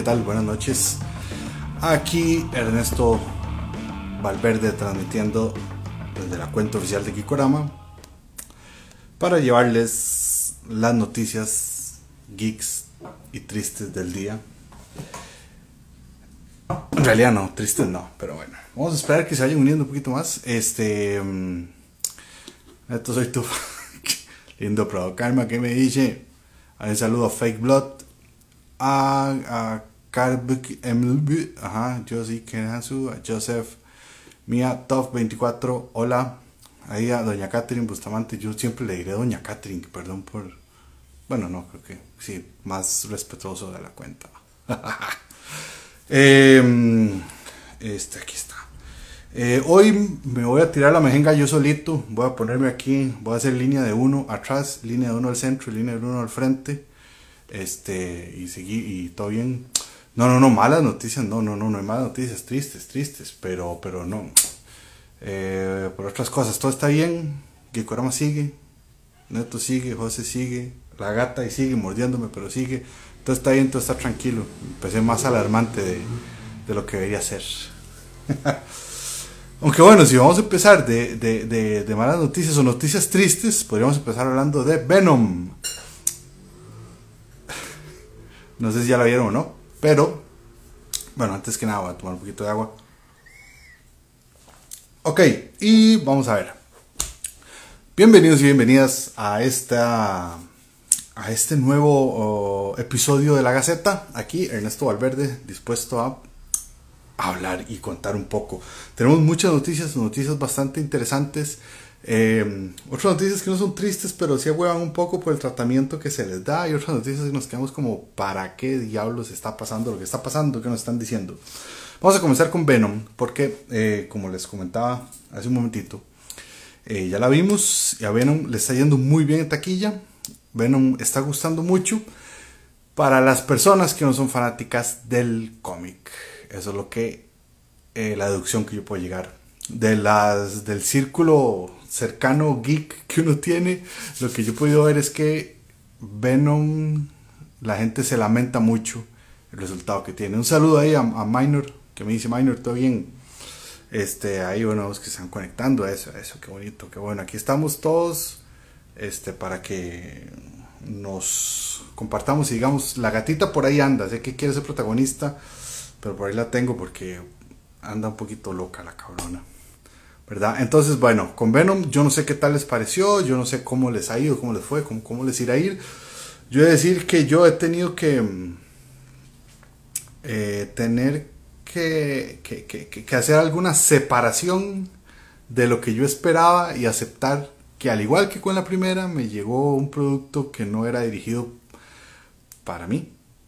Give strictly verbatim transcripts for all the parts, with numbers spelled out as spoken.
tal? Buenas noches. Aquí Ernesto Valverde transmitiendo desde la cuenta oficial de Geekorama para llevarles las noticias geeks y tristes del día. En realidad no, tristes no, pero bueno, vamos a esperar que se vayan uniendo un poquito más. Este, um, esto soy tú, lindo provocarme, que me dice. Un saludo a Fake Blood, a, a Carbuk M B, ajá, Josie Kenhasu, a Joseph, Mia Top veinticuatro, hola, ahí a Doña Catherine Bustamante. Yo siempre le diré Doña Catherine, perdón por, bueno, no, creo que sí, más respetuoso de la cuenta. eh, este, aquí está. Eh, hoy me voy a tirar la mejenga yo solito. Voy a ponerme aquí, voy a hacer línea de uno atrás, línea de uno al centro y línea de uno al frente. Este, y seguir, y todo bien. No, no, no, malas noticias, no, no, no, no hay malas noticias, tristes, tristes, pero, pero no. Eh, por otras cosas, todo está bien. Geekorama sigue, Neto sigue, José sigue, la gata y sigue mordiéndome, pero sigue. Todo está bien, todo está tranquilo. Empecé más alarmante de, de lo que debería ser. Aunque bueno, si vamos a empezar de, de, de, de malas noticias o noticias tristes, podríamos empezar hablando de Venom. No sé si ya la vieron o no, pero bueno, antes que nada voy a tomar un poquito de agua. Ok, y vamos a ver. Bienvenidos y bienvenidas a esta a este nuevo uh, episodio de La Gaceta. Aquí Ernesto Valverde, dispuesto a hablar y contar un poco. Tenemos muchas noticias, noticias bastante interesantes. Eh, otras noticias que no son tristes, pero sí ahuevan un poco por el tratamiento que se les da. Y otras noticias que nos quedamos como, ¿para qué diablos está pasando lo que está pasando? ¿Qué nos están diciendo? Vamos a comenzar con Venom, porque eh, como les comentaba hace un momentito, eh, ya la vimos y a Venom le está yendo muy bien en taquilla. Venom está gustando mucho para las personas que no son fanáticas del cómic. Eso es lo que, eh, la deducción que yo puedo llegar de las, del círculo cercano geek que uno tiene. Lo que yo he podido ver es que Venom, la gente se lamenta mucho el resultado que tiene. Un saludo ahí a, a Minor, que me dice Minor, todo bien. Este, ahí bueno, los que se están conectando a eso, a eso, qué bonito, qué bueno. Aquí estamos todos, este, para que nos compartamos y digamos, la gatita por ahí anda, sé que quiere ser protagonista, pero por ahí la tengo porque anda un poquito loca la cabrona, ¿verdad? Entonces, bueno, con Venom yo no sé qué tal les pareció, yo no sé cómo les ha ido, cómo les fue, cómo, cómo les irá a ir. Yo he de decir que yo he tenido que eh, tener que, que, que, que hacer alguna separación de lo que yo esperaba y aceptar que, al igual que con la primera, me llegó un producto que no era dirigido para mí.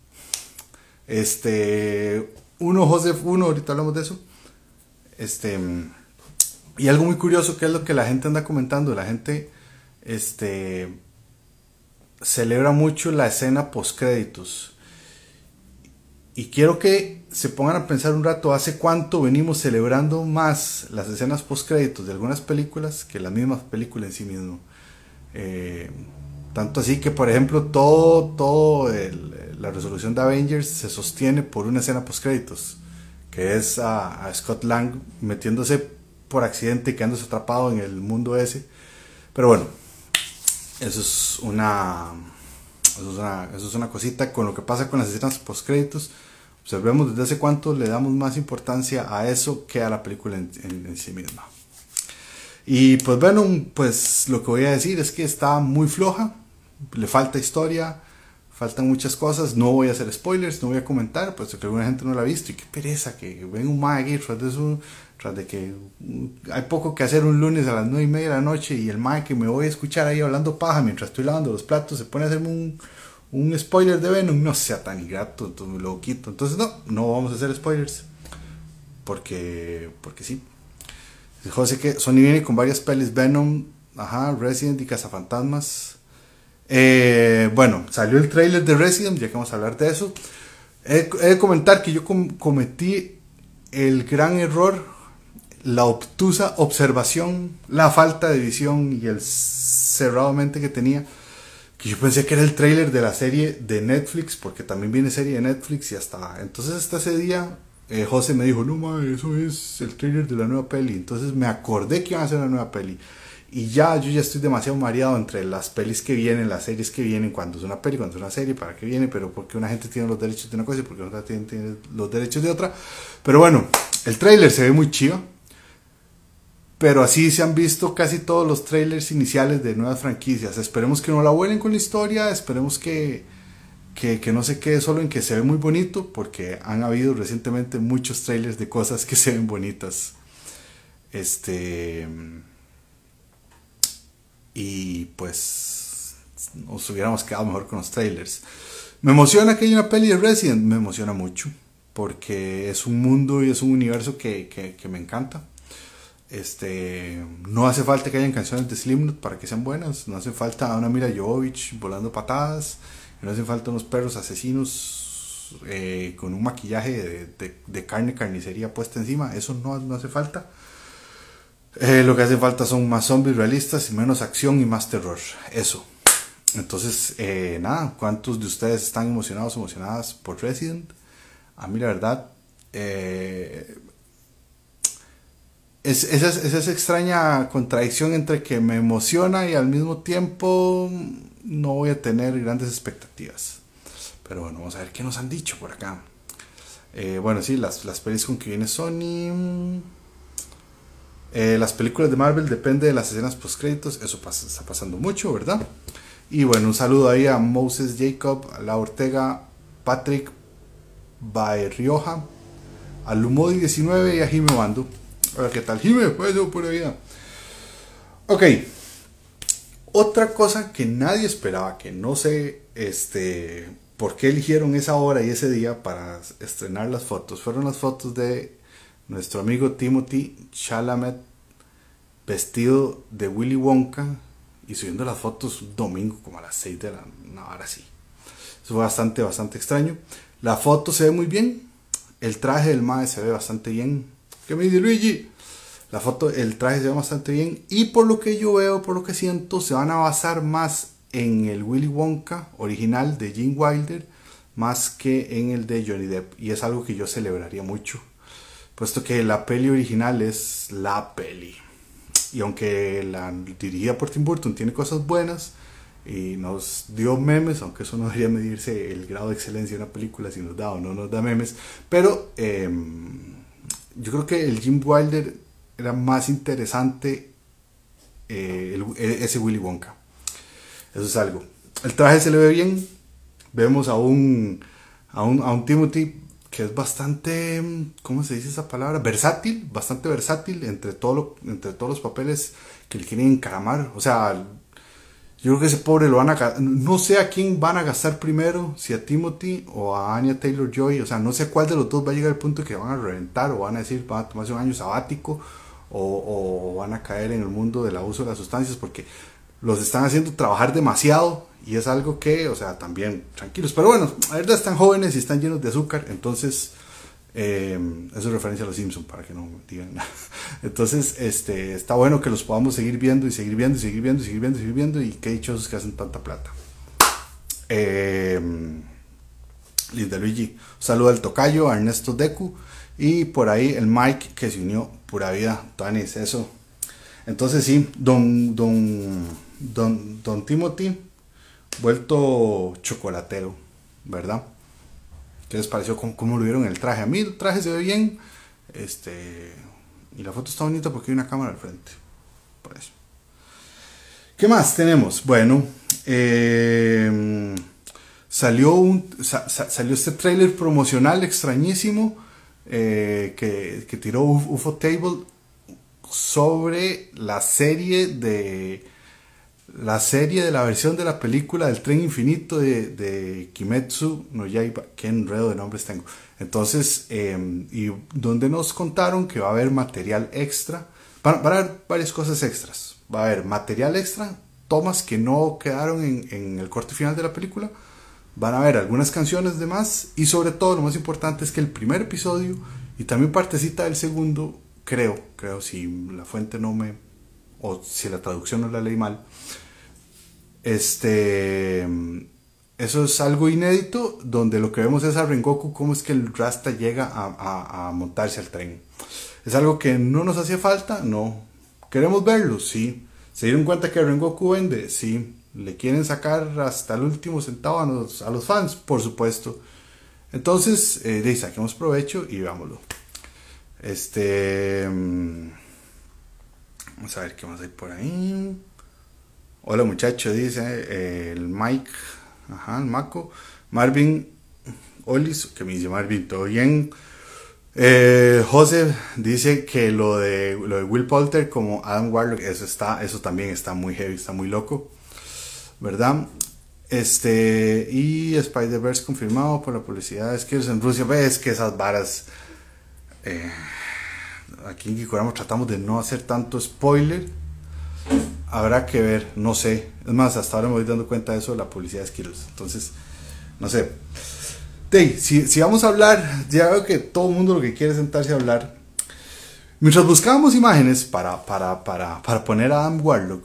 Este, uno, Joseph, uno, ahorita hablamos de eso. Este, y algo muy curioso que es lo que la gente anda comentando. La gente, este, celebra mucho la escena post créditos. Y quiero que se pongan a pensar un rato, ¿hace cuánto venimos celebrando más las escenas post créditos de algunas películas que las mismas películas en sí mismo? Eh, tanto así que, por ejemplo, todo, todo el, la resolución de Avengers se sostiene por una escena post créditos, que es a, a Scott Lang metiéndose por accidente y quedándose atrapado en el mundo ese. Pero bueno, eso es una, eso es una, eso es una cosita con lo que pasa con las escenas post créditos. Observemos desde hace cuánto le damos más importancia a eso que a la película en, en, en sí misma. Y pues bueno, pues lo que voy a decir es que está muy floja, le falta historia, faltan muchas cosas. No voy a hacer spoilers, no voy a comentar, puesto que alguna gente no la ha visto. Y qué pereza que ven un mag aquí tras de eso, tras de que hay poco que hacer un lunes a las nueve y media de la noche, y el mag que me voy a escuchar ahí hablando paja mientras estoy lavando los platos se pone a hacerme un, un spoiler de Venom. No sea tan ingrato, entonces me lo quito. Entonces no, no vamos a hacer spoilers, porque, porque sí. José, que Sony viene con varias pelis, Venom, ajá, Resident y Cazafantasmas. Eh, bueno, salió el trailer de Resident, ya que vamos a hablar de eso. He, he de comentar que yo com cometí el gran error, la obtusa observación, la falta de visión y el cerrado mente que tenía, que yo pensé que era el tráiler de la serie de Netflix, porque también viene serie de Netflix y hasta... Entonces hasta ese día eh, José me dijo, no ma, eso es el tráiler de la nueva peli. Entonces me acordé que iban a hacer una nueva peli. Y ya, yo ya estoy demasiado mareado entre las pelis que vienen, las series que vienen, cuando es una peli, cuando es una serie, para qué viene, pero porque una gente tiene los derechos de una cosa y porque otra tiene, tiene los derechos de otra. Pero bueno, el tráiler se ve muy chido. Pero así se han visto casi todos los trailers iniciales de nuevas franquicias. Esperemos que no la vuelen con la historia, esperemos que, que, que no se quede solo en que se ve muy bonito, porque han habido recientemente muchos trailers de cosas que se ven bonitas. Este... Y pues nos hubiéramos quedado mejor con los trailers. Me emociona que haya una peli de Resident, me emociona mucho, porque es un mundo y es un universo que, que, que me encanta. Este, no hace falta que hayan canciones de Slipknot para que sean buenas, no hace falta una Mila Jovovich volando patadas, no hace falta unos perros asesinos eh, con un maquillaje de, de, de carne, carnicería puesta encima, eso no, no hace falta. Eh, lo que hace falta son más zombies realistas y menos acción y más terror. Eso. Entonces, eh, nada, ¿cuántos de ustedes están emocionados o emocionadas por Resident? A mí la verdad, eh, es, esa, es esa extraña contradicción entre que me emociona y al mismo tiempo no voy a tener grandes expectativas. Pero bueno, vamos a ver qué nos han dicho por acá. Eh, bueno, sí, las, las pelis con que viene Sony... Eh, las películas de Marvel depende de las escenas post créditos, eso pasa, está pasando mucho, ¿verdad? Y bueno, un saludo ahí a Moses Jacob, a La Ortega, Patrick Baerrioja, a Lumodi diecinueve y a Jime Bando. Hola, ¿qué tal, Jime? Pues yo, pura vida. Ok, otra cosa que nadie esperaba, que no sé este, por qué eligieron esa hora y ese día para estrenar las fotos, fueron las fotos de nuestro amigo Timothy Chalamet vestido de Willy Wonka y subiendo las fotos un domingo como a las seis de la... no, ahora sí. Eso fue bastante, bastante extraño. La foto se ve muy bien. El traje del mae se ve bastante bien. ¿Qué me dice Luigi? La foto, el traje se ve bastante bien. Y por lo que yo veo, por lo que siento, se van a basar más en el Willy Wonka original de Gene Wilder más que en el de Johnny Depp. Y es algo que yo celebraría mucho, puesto que la peli original es la peli. Y aunque la dirigida por Tim Burton tiene cosas buenas y nos dio memes, aunque eso no debería medirse el grado de excelencia de una película si nos da o no nos da memes, pero eh, yo creo que el Gene Wilder era más interesante, eh, el, ese Willy Wonka. Eso es algo. El traje se le ve bien. Vemos a un, a un, a un Timothy que es bastante, ¿cómo se dice esa palabra? Versátil, bastante versátil entre, todo lo, entre todos los papeles que le quieren encaramar. O sea, yo creo que ese pobre lo van a... No sé a quién van a gastar primero, si a Timothy o a Anya Taylor-Joy. O sea, no sé cuál de los dos va a llegar al punto que van a reventar o van a decir, van a tomarse un año sabático o, o van a caer en el mundo del abuso de las sustancias, porque los están haciendo trabajar demasiado. Y es algo que, o sea, también tranquilos. Pero bueno, la verdad están jóvenes y están llenos de azúcar. Entonces, eh, eso es referencia a los Simpsons, para que no digan nada. Entonces, este, está bueno que los podamos seguir viendo y seguir viendo y seguir viendo y seguir viendo y seguir viendo. Y qué dichosos que hacen tanta plata. Eh, Linda Luigi, saluda al tocayo, a Ernesto Deku. Y por ahí el Mike que se unió, pura vida. Tanis, eso. Entonces sí, don, don, don, don Timothy, vuelto chocolatero, ¿verdad? ¿Qué les pareció? ¿Cómo, cómo lo vieron el traje? A mí el traje se ve bien, este, y la foto está bonita porque hay una cámara al frente, por eso. ¿Qué más tenemos? Bueno, eh, salió, un, sa, sa, salió este trailer promocional extrañísimo eh, que, que tiró Ufotable sobre la serie de... la serie de la versión de la película del Tren Infinito de, de Kimetsu no Yaiba. Qué enredo de nombres tengo. Entonces, eh, y donde nos contaron que va a haber material extra. Van, van a haber varias cosas extras. Va a haber material extra, tomas que no quedaron en, en el corte final de la película. Van a haber algunas canciones de más. Y sobre todo, lo más importante es que el primer episodio y también partecita del segundo, creo, creo si la fuente no me... o si la traducción no la leí mal, Este, eso es algo inédito, donde lo que vemos es a Rengoku cómo es que el Rasta llega a, a, a montarse al tren. Es algo que no nos hacía falta, no. ¿Queremos verlo? Sí. ¿Se dieron cuenta que Rengoku vende? Sí. ¿Le quieren sacar hasta el último centavo a los, a los fans? Por supuesto. Entonces, eh, de, saquemos provecho y vámonos. Este... Vamos a ver qué más hay por ahí. Hola muchacho, dice eh, el Mike. Ajá, el Maco. Marvin Olis, que me dice Marvin, todo bien. Eh, José dice que lo de, lo de Will Poulter como Adam Warlock, eso, está, eso también está muy heavy, está muy loco, ¿verdad? Este, y Spider-Verse confirmado por la publicidad de Skills en Rusia. Ves que esas varas, eh, aquí en Gikorama tratamos de no hacer tanto spoiler. Habrá que ver, no sé. Es más, hasta ahora me voy dando cuenta de eso de la publicidad de Skills. Entonces, no sé. Hey, si, si vamos a hablar, ya veo que todo el mundo lo que quiere es sentarse a hablar. Mientras buscábamos imágenes para, para, para, para poner a Adam Warlock,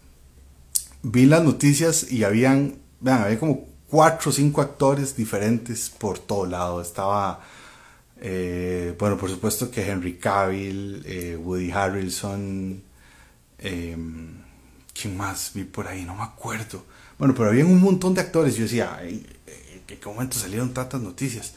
vi las noticias y habían, vean, había como cuatro o cinco actores diferentes por todo lado. Estaba, eh, bueno, por supuesto que Henry Cavill, eh, Woody Harrelson, eh, ¿quién más vi por ahí? No me acuerdo. Bueno, pero había un montón de actores. Yo decía, ay, ¿en qué momento salieron tantas noticias?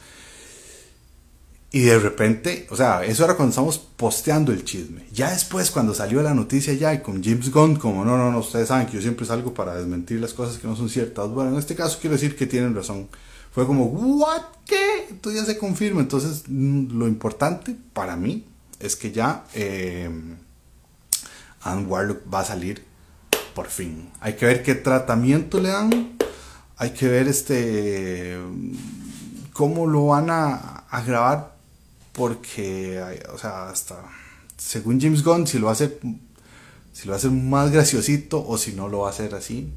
Y de repente, o sea, eso era cuando estábamos posteando el chisme. Ya después, cuando salió la noticia ya y con James Gunn, como no, no, no, ustedes saben que yo siempre salgo para desmentir las cosas que no son ciertas. Bueno, en este caso quiero decir que tienen razón. Fue como, ¿what? ¿Qué? Entonces ya se confirma. Entonces, lo importante para mí es que ya eh, Adam Warlock va a salir por fin. Hay que ver qué tratamiento le dan. Hay que ver este cómo lo van a, a grabar, porque, o sea, hasta según James Gunn, si lo va a hacer, si lo va a hacer más graciosito o si no lo va a hacer así.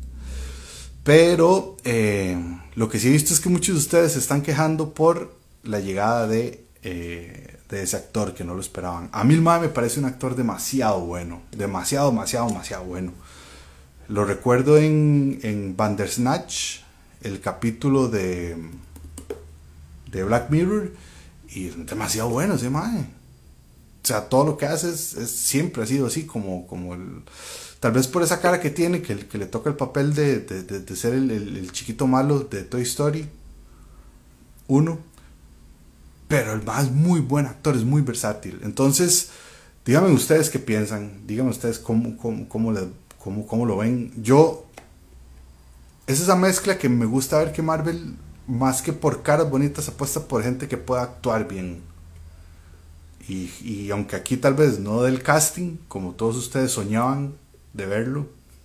Pero eh, lo que sí he visto es que muchos de ustedes se están quejando por la llegada de, eh, de ese actor que no lo esperaban. A mí el mae me parece un actor demasiado bueno, demasiado, demasiado, demasiado bueno. Lo recuerdo en, en Bandersnatch, el capítulo de, de Black Mirror, y es demasiado bueno ese mae. O sea, todo lo que hace es, es siempre ha sido así, como, como el, tal vez por esa cara que tiene, que, que le toca el papel de, de, de, de ser el, el, el chiquito malo de Toy Story uno, pero el mae es muy buen actor, es muy versátil. Entonces, díganme ustedes qué piensan, díganme ustedes cómo, cómo, cómo, le, cómo, cómo lo ven. Yo, es esa mezcla que me gusta ver que Marvel, más que por caras bonitas, apuesta por gente que pueda actuar bien. Y, y aunque aquí tal vez no del casting, como todos ustedes soñaban de verlo,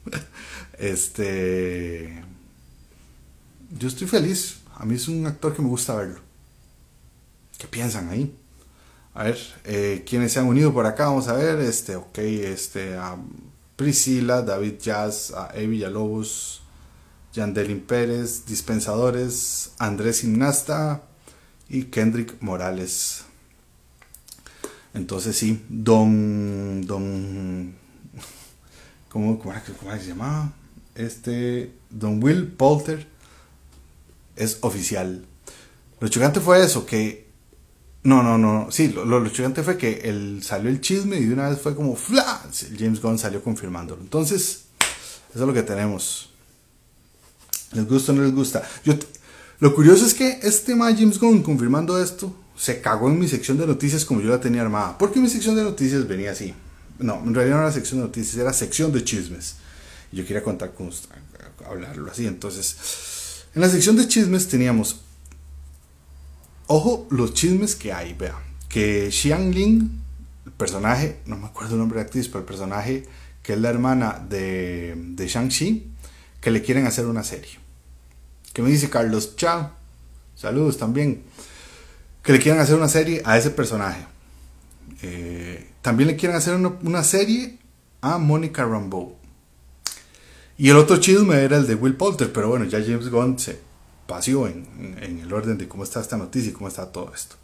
este, yo estoy feliz. A mí es un actor que me gusta verlo. ¿Qué piensan ahí? A ver, eh, ¿quiénes se han unido por acá? Vamos a ver, este, ok, este, a Priscila, David Jazz, a Evi Villalobos, Yandelin Pérez, Dispensadores, Andrés Gimnasta y Kendrick Morales. Entonces sí, Don, Don, ¿cómo, cómo, cómo se llamaba? Este, Don Will Poulter es oficial. Lo chocante fue eso, que, no, no, no, sí, lo, lo, lo chocante fue que el, salió el chisme y de una vez fue como, ¡fla! James Gunn salió confirmándolo. Entonces, eso es lo que tenemos. ¿Les gusta o no les gusta? Yo, lo curioso es que este ma James Gunn confirmando esto se cagó en mi sección de noticias como yo la tenía armada. Porque mi sección de noticias venía así. No, en realidad no era sección de noticias, era sección de chismes. Y yo quería contar con usted, hablarlo así. Entonces, en la sección de chismes teníamos, ojo, los chismes que hay, vea. Que Xiang Ling, el personaje, no me acuerdo el nombre de la actriz, pero el personaje que es la hermana de, de Shang-Chi, que le quieren hacer una serie. Que me dice Carlos, chao, saludos también. Que le quieren hacer una serie a ese personaje. Eh, también le quieren hacer una, una serie a Mónica Rambeau. Y el otro chisme era el de Will Poulter, pero bueno, ya James Gunn se paseó en, en, en el orden de cómo está esta noticia y cómo está todo esto.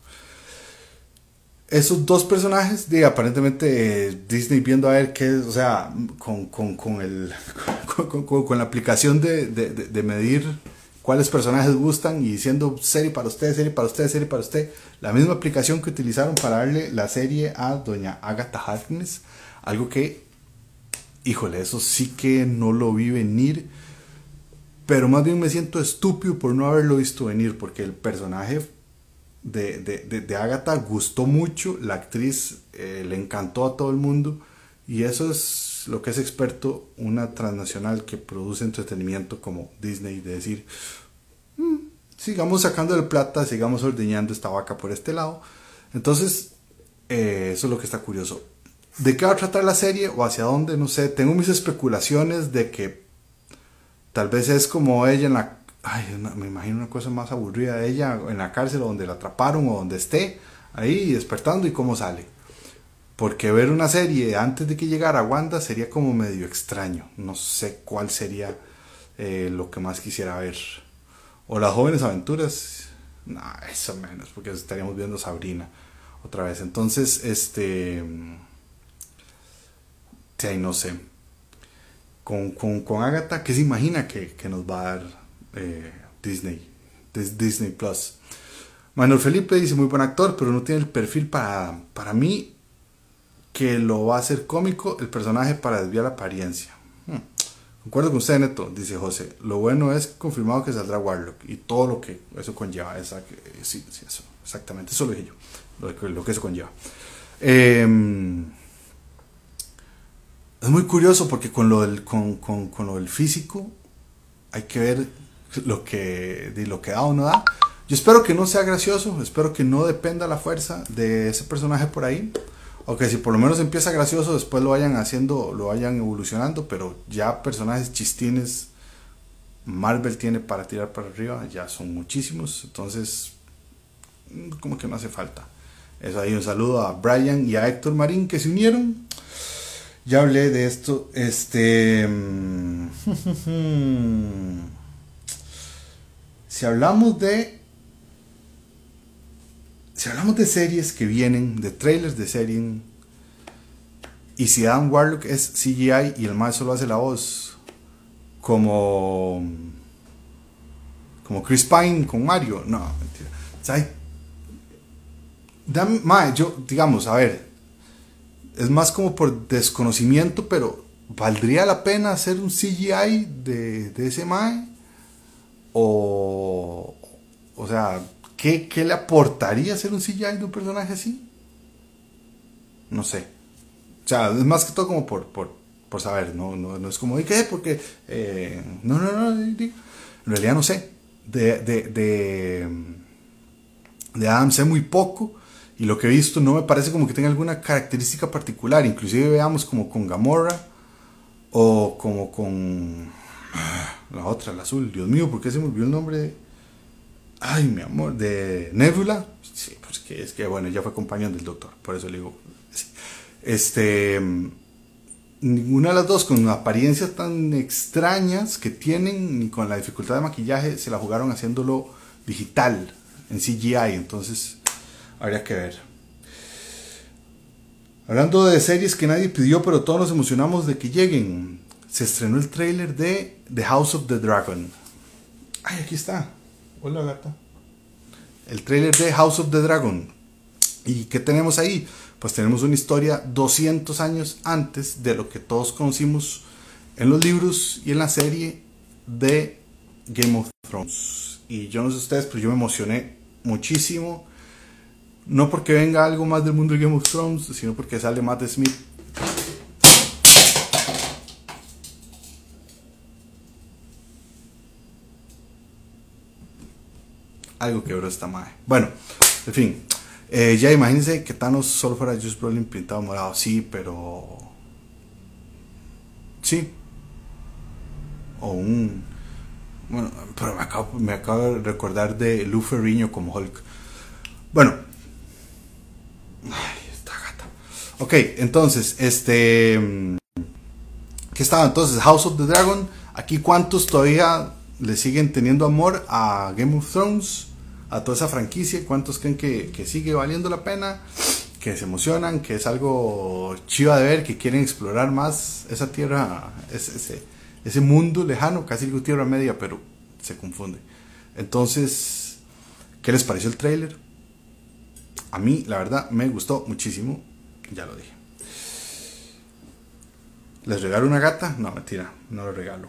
Esos dos personajes, de aparentemente eh, Disney viendo a ver qué, o sea, con, con, con, el, con, con, con la aplicación de, de, de, de medir cuáles personajes gustan y diciendo serie para usted, serie para usted, serie para usted. La misma aplicación que utilizaron para darle la serie a doña Agatha Harkness. Algo que, híjole, eso sí que no lo vi venir. Pero más bien me siento estúpido por no haberlo visto venir, porque el personaje de, de, de, de Agatha gustó mucho, la actriz eh, le encantó a todo el mundo, y eso es lo que es experto una transnacional que produce entretenimiento como Disney, de decir, mmm, sigamos sacándole plata, sigamos ordeñando esta vaca por este lado. Entonces, eh, eso es lo que está curioso. ¿De qué va a tratar la serie o hacia dónde? No sé, tengo mis especulaciones de que tal vez es como ella en la... Ay, me imagino una cosa más aburrida de ella en la cárcel, donde la atraparon o donde esté, ahí despertando y cómo sale. Porque ver una serie antes de que llegara Wanda sería como medio extraño. No sé cuál sería eh, lo que más quisiera ver. O las jóvenes aventuras. No, eso menos, porque estaríamos viendo Sabrina otra vez. Entonces, este... sí, no sé. Con, con, con Agatha, ¿qué se imagina que, que nos va a dar eh, Disney? Des, Disney Plus. Manuel Felipe dice, muy buen actor, pero no tiene el perfil para, para mí, que lo va a hacer cómico el personaje para desviar la apariencia. Hmm. Concuerdo con usted, Neto, dice José. Lo bueno es confirmado que saldrá Warlock y todo lo que eso conlleva. Esa, sí, sí, eso, exactamente, eso lo dije yo, lo que, lo que eso conlleva. Eh, Es muy curioso porque con lo del, con, con, con lo del físico hay que ver lo que, de lo que da o no da. Yo espero que no sea gracioso, espero que no dependa la fuerza de ese personaje por ahí. O que si por lo menos empieza gracioso, después lo vayan haciendo, lo vayan evolucionando. Pero ya personajes chistines Marvel tiene para tirar para arriba, ya son muchísimos. Entonces, como que no hace falta. Eso ahí, un saludo a Brian y a Héctor Marín que se unieron. Ya hablé de esto. Este. si hablamos de. Si hablamos de series que vienen, de trailers de series, y si Adam Warlock es C G I y el más solo hace la voz, como. Como Chris Pine con Mario, no, mentira. ¿Sabes? Dame, ma, yo, digamos, a ver. Es más como por desconocimiento, pero ¿valdría la pena hacer un C G I de, de ese mae? O, o sea, ¿qué, ¿qué le aportaría hacer un C G I de un personaje así? No sé. O sea, es más que todo como por, por, por saber, no, no, no es como, ¿de qué? Porque, eh, no, no, no, en realidad no sé. De, de, de, de Adam sé muy poco. Y lo que he visto no me parece como que tenga alguna característica particular. Inclusive veamos como con Gamora. O como con... la otra, la azul. Dios mío, ¿por qué se me olvidó el nombre de... Ay, mi amor. De Nebula. Sí, pues que es que bueno, ya fue compañero del doctor. Por eso le digo... Este... Ninguna de las dos con apariencias tan extrañas que tienen, ni con la dificultad de maquillaje, se la jugaron haciéndolo digital, en C G I. Entonces... habría que ver. Hablando de series que nadie pidió, pero todos nos emocionamos de que lleguen. Se estrenó el tráiler de The House of the Dragon. Ay, aquí está. Hola, gata. El tráiler de House of the Dragon. ¿Y qué tenemos ahí? Pues tenemos una historia doscientos años antes de lo que todos conocimos en los libros y en la serie de Game of Thrones. Y yo no sé ustedes, pero yo me emocioné muchísimo. No porque venga algo más del mundo de Game of Thrones, sino porque sale Matt Smith. Algo quebró esta madre. Bueno, en fin. Eh, ya imagínense que Thanos solo fuera Josh Brolin pintado morado. Sí, pero... sí. O un... bueno, pero me acabo, me acabo de recordar de Lou Ferrigno como Hulk. Bueno. Ay, esta gata. Ok, entonces, este... ¿qué estaba entonces? House of the Dragon. Aquí cuántos todavía le siguen teniendo amor a Game of Thrones, a toda esa franquicia. ¿Cuántos creen que, que sigue valiendo la pena? Que se emocionan, que es algo chiva de ver, que quieren explorar más esa tierra, ese, ese, ese mundo lejano, casi digo Tierra Media, pero se confunde. Entonces, ¿qué les pareció el tráiler? A mí, la verdad, me gustó muchísimo, ya lo dije. ¿Les regalo una gata? No, mentira, no lo regalo.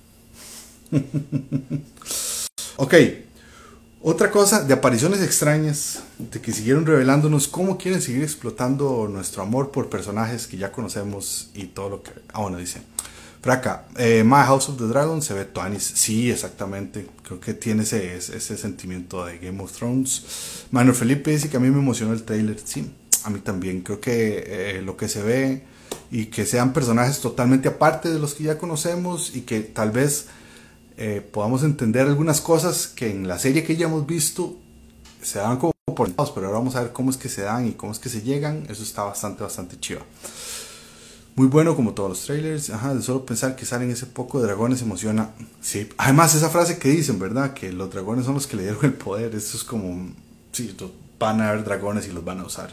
Ok, otra cosa de apariciones extrañas, de que siguieron revelándonos cómo quieren seguir explotando nuestro amor por personajes que ya conocemos y todo lo que... Ah, bueno, dice... Fraca, eh, My House of the Dragon se ve tuanis. Sí, exactamente. Creo que tiene ese, ese sentimiento de Game of Thrones. Manuel Felipe dice que a mí me emocionó el trailer. Sí, a mí también. Creo que eh, lo que se ve y que sean personajes totalmente aparte de los que ya conocemos y que tal vez eh, podamos entender algunas cosas que en la serie que ya hemos visto se dan como por sentados, pero ahora vamos a ver cómo es que se dan y cómo es que se llegan. Eso está bastante, bastante chiva. Muy bueno como todos los trailers. Ajá, de solo pensar que salen ese poco de dragones emociona. Sí, además esa frase que dicen, ¿verdad? Que los dragones son los que le dieron el poder. Eso es como, sí, van a haber dragones y los van a usar.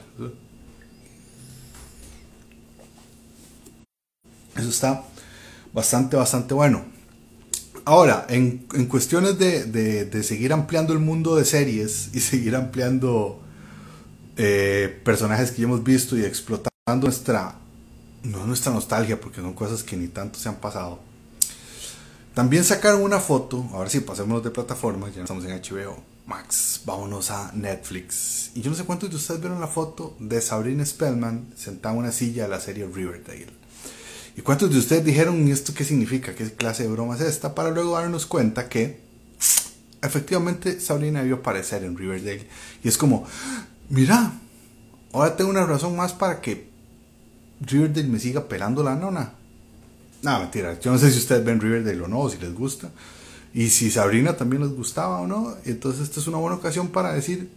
Eso está bastante, bastante bueno. Ahora, en, en cuestiones de, de, de seguir ampliando el mundo de series y seguir ampliando eh, personajes que ya hemos visto y explotando nuestra... no nuestra nostalgia, porque son cosas que ni tanto se han pasado. También sacaron una foto, ahora sí, pasémonos de plataforma, ya no estamos en H B O Max, vámonos a Netflix. Y yo no sé cuántos de ustedes vieron la foto de Sabrina Spellman sentada en una silla de la serie Riverdale. ¿Y cuántos de ustedes dijeron esto qué significa? ¿Qué clase de broma es esta? Para luego darnos cuenta que efectivamente Sabrina debió aparecer en Riverdale. Y es como, mira, ahora tengo una razón más para que Riverdale me siga pelando la nona. No, mentira, yo no sé si ustedes ven Riverdale o no, o si les gusta, y si Sabrina también les gustaba o no. Entonces esta es una buena ocasión para decir,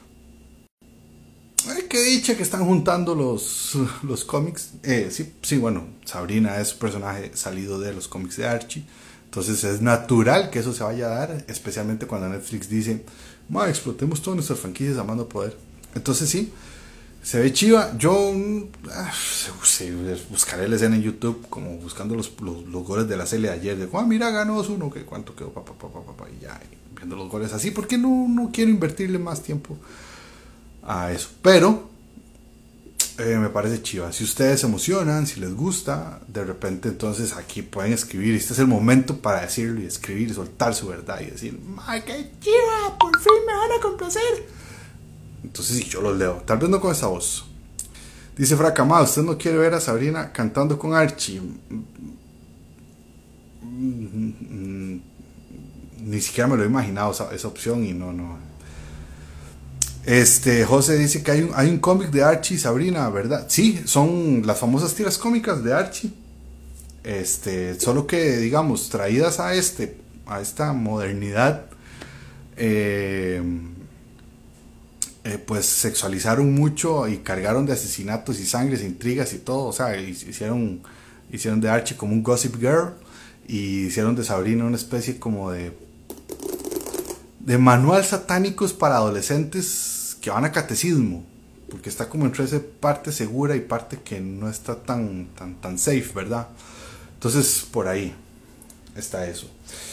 ay, qué dicha que están juntando los, los cómics. eh, sí, sí, bueno, Sabrina es un personaje salido de los cómics de Archie, entonces es natural que eso se vaya a dar, especialmente cuando Netflix dice, ma, explotemos todas nuestras franquicias a mando poder. Entonces sí, se ve chiva. Yo ah, sí, buscaré la escena en YouTube, como buscando los, los, los goles de la serie de ayer. De, ah, mira, ganó dos uno, que cuánto quedó, pa, pa, pa, pa, pa, pa, y ya, y viendo los goles así, porque no, no quiero invertirle más tiempo a eso. Pero eh, me parece chiva. Si ustedes se emocionan, si les gusta, de repente entonces aquí pueden escribir. Este es el momento para decirlo y escribir y soltar su verdad y decir, ¡ay, qué chiva! Por fin me van a complacer. Entonces sí, yo los leo. Tal vez no con esa voz. Dice Fracamado, ¿usted no quiere ver a Sabrina cantando con Archie? Ni siquiera me lo he imaginado esa, esa opción y no, no. Este, José dice que hay un, hay un cómic de Archie y Sabrina, ¿verdad? Sí, son las famosas tiras cómicas de Archie. Este, solo que, digamos, traídas a este, a esta modernidad, eh... Eh, pues sexualizaron mucho y cargaron de asesinatos y sangres, intrigas y todo. O sea, hicieron, hicieron de Archie como un gossip girl y hicieron de Sabrina una especie como de de manual satánicos para adolescentes que van a catecismo, porque está como entre esa parte segura y parte que no está tan, tan, tan safe, ¿verdad? Entonces por ahí está eso.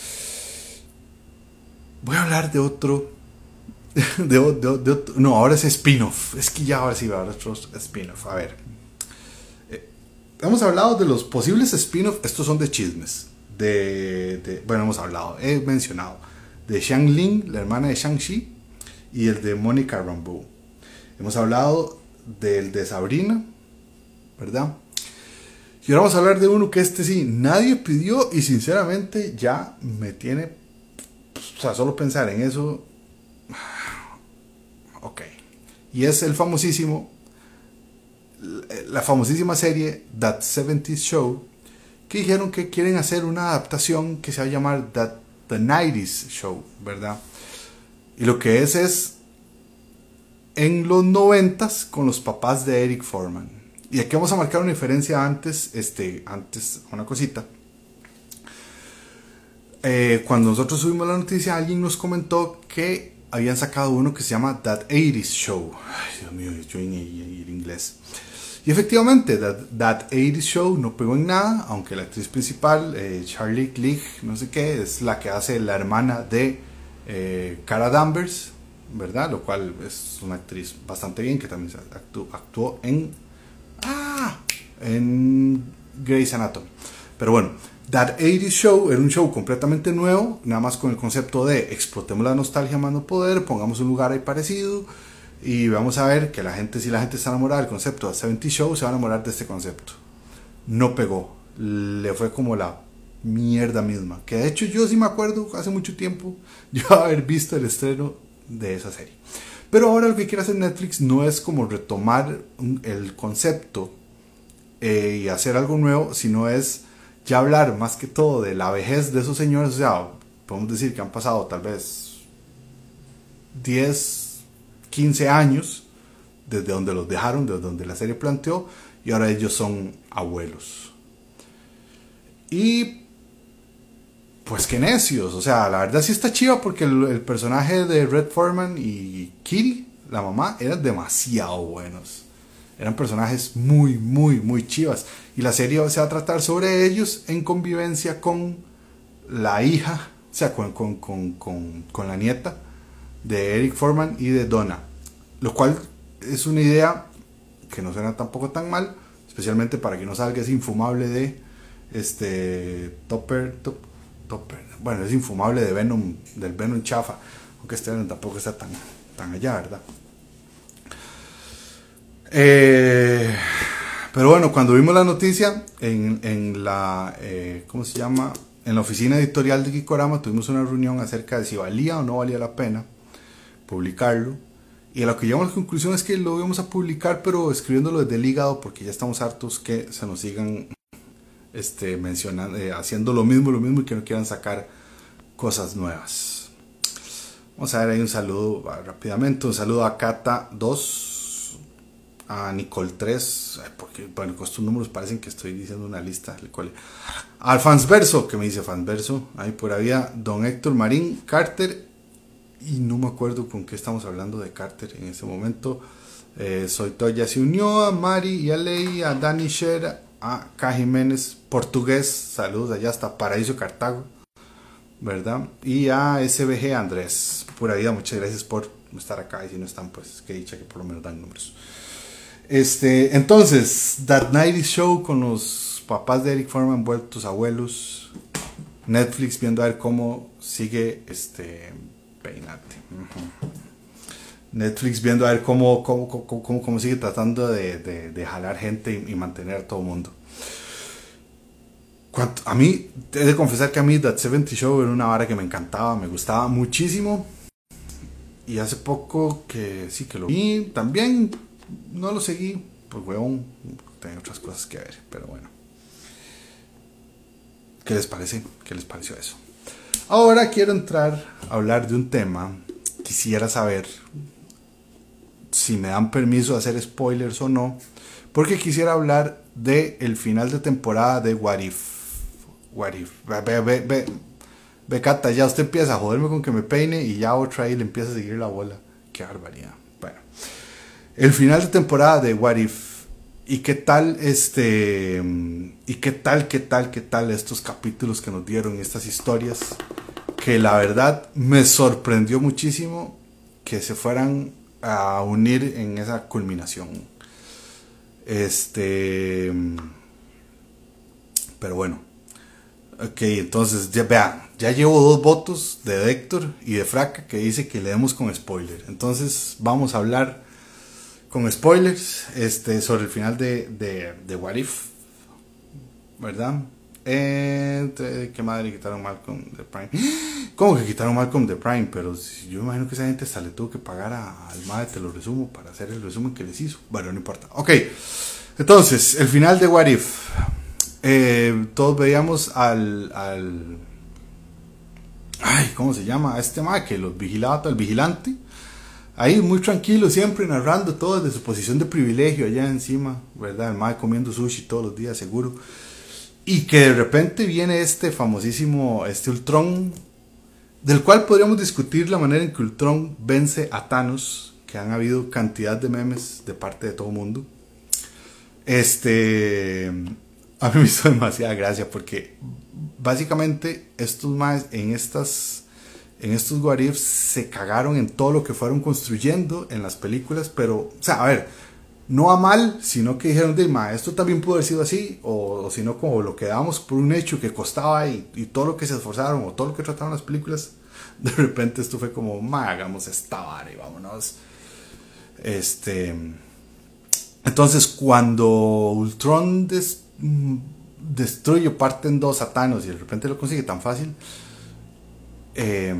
Voy a hablar de otro De, de, de, de, no, ahora es spin-off. Es que ya ahora sí va a haber otro spin-off. A ver, eh, hemos hablado de los posibles spin-off. Estos son de chismes de, de, bueno, hemos hablado, he mencionado de Xiang Ling, la hermana de Shang-Chi, y el de Monica Rambeau. Hemos hablado del de Sabrina, ¿verdad? Y ahora vamos a hablar de uno que este sí nadie pidió y sinceramente ya me tiene, o sea, solo pensar en eso. Ok, y es el famosísimo, la famosísima serie That seventies Show, que dijeron que quieren hacer una adaptación que se va a llamar That The nineties Show, ¿verdad? Y lo que es es en los noventas con los papás de Eric Foreman. Y aquí vamos a marcar una diferencia antes, este, antes una cosita. Eh, cuando nosotros subimos la noticia, alguien nos comentó que habían sacado uno que se llama That eighties Show. Ay, Dios mío, yo en el inglés. Y efectivamente, That, That ochenta Show no pegó en nada, aunque la actriz principal, eh, Charlie Clegg, no sé qué, es la que hace la hermana de eh, Cara Danvers, ¿verdad? Lo cual es una actriz bastante bien, que también actuó, actuó en, ah, en Grey's Anatomy. Pero bueno, That ochenta Show era un show completamente nuevo, nada más con el concepto de explotemos la nostalgia más no poder, pongamos un lugar ahí parecido y vamos a ver que la gente, si la gente está enamorada del concepto de setenta Show, se va a enamorar de este concepto. No pegó, le fue como la mierda misma, que de hecho yo sí me acuerdo hace mucho tiempo yo haber visto el estreno de esa serie. Pero ahora lo que quiere hacer Netflix no es como retomar el concepto eh, y hacer algo nuevo, sino es ya hablar más que todo de la vejez de esos señores. O sea, podemos decir que han pasado tal vez diez, quince años desde donde los dejaron, desde donde la serie planteó, y ahora ellos son abuelos. Y pues qué necios, o sea, la verdad sí está chiva, porque el, el personaje de Red Foreman y Kitty, la mamá, eran demasiado buenos. Eran personajes muy, muy, muy chivas. Y la serie se va a tratar sobre ellos en convivencia con la hija, o sea, con, con, con, con, con la nieta de Eric Foreman y de Donna. Lo cual es una idea que no suena tampoco tan mal, especialmente para que no salga ese infumable de este Topper, top, Topper. Bueno, es infumable de Venom, del Venom chafa, aunque este Venom tampoco está tan, tan allá, ¿verdad? Eh, pero bueno, cuando vimos la noticia en, en la eh, ¿cómo se llama? En la oficina editorial de Geekorama, tuvimos una reunión acerca de si valía o no valía la pena publicarlo, y a lo que llegamos a la conclusión es que lo íbamos a publicar, pero escribiéndolo desde el hígado, porque ya estamos hartos que se nos sigan este, mencionando, eh, haciendo lo mismo, lo mismo, y que no quieran sacar cosas nuevas. Vamos a ver ahí un saludo uh, rápidamente, un saludo a Cata dos, a Nicole tres, porque bueno, con estos números parecen que estoy diciendo una lista, al Fansverso, que me dice Fansverso, ahí por ahí, don Héctor Marín, Carter, y no me acuerdo con qué estamos hablando de Carter en ese momento. eh, Soy Toya se unió, a Mari y a Ley, a Dani Sher, a K. Jiménez, portugués, saludos allá hasta Paraíso Cartago, ¿verdad? Y a S B G Andrés, pura vida, muchas gracias por estar acá, y si no están, pues que dicha que por lo menos dan números. Este, entonces, That ochenta Show con los papás de Eric Foreman vueltos abuelos, Netflix viendo a ver cómo sigue este peinate. Uh-huh. Netflix viendo a ver cómo, cómo, cómo, cómo, cómo sigue tratando de, de, de jalar gente y, y mantener a todo el mundo. Cuanto, a mí, he de confesar que a mí That setenta Show era una vara que me encantaba, me gustaba muchísimo. Y hace poco que sí que lo vi, también no lo seguí, pues huevón, tenía otras cosas que ver, pero bueno. ¿Qué les parece? ¿Qué les pareció eso? Ahora quiero entrar a hablar de un tema. Quisiera saber si me dan permiso de hacer spoilers o no, porque quisiera hablar de el final de temporada de What If. What If. Ve, ve, ve, ve, ve Cata, ya usted empieza a joderme con que me peine y ya otra ahí le empieza a seguir la bola. Qué barbaridad. Bueno, el final de temporada de What If. ¿Y qué tal este y qué tal, qué tal, qué tal estos capítulos que nos dieron, estas historias, que la verdad me sorprendió muchísimo que se fueran a unir en esa culminación? Este, pero bueno, ok, entonces ya vean, ya llevo dos votos de Héctor y de Fraca que dice que le demos con spoiler. Entonces vamos a hablar con spoilers este, sobre el final de, de, de What If, ¿verdad? Eh, ¿Qué madre quitaron Malcolm de Prime? ¿Cómo que quitaron Malcolm de Prime? Pero yo imagino que esa gente hasta le tuvo que pagar a, al madre, te lo resumo, para hacer el resumen que les hizo. Bueno, no importa. Ok, entonces, el final de What If. Eh, todos veíamos al, al... Ay, ¿cómo se llama? A este madre que los vigilaba, el vigilante. Ahí muy tranquilo, siempre narrando todo desde su posición de privilegio allá encima, ¿verdad? El mae comiendo sushi todos los días, seguro. Y que de repente viene este famosísimo, este Ultron, del cual podríamos discutir la manera en que Ultron vence a Thanos, que han habido cantidad de memes de parte de todo el mundo. Este, a mí me hizo demasiada gracia porque básicamente estos más en estas en estos what ifs se cagaron en todo lo que fueron construyendo en las películas, pero, o sea, a ver, no a mal, sino que dijeron, Dilma, esto también pudo haber sido así, o, o sino como lo que dábamos por un hecho que costaba y, y todo lo que se esforzaron, o todo lo que trataron las películas, de repente esto fue como, ma, hagamos esta vara y vámonos. Este, entonces cuando Ultron des, destruye parte en dos a Thanos y de repente lo consigue tan fácil, eh,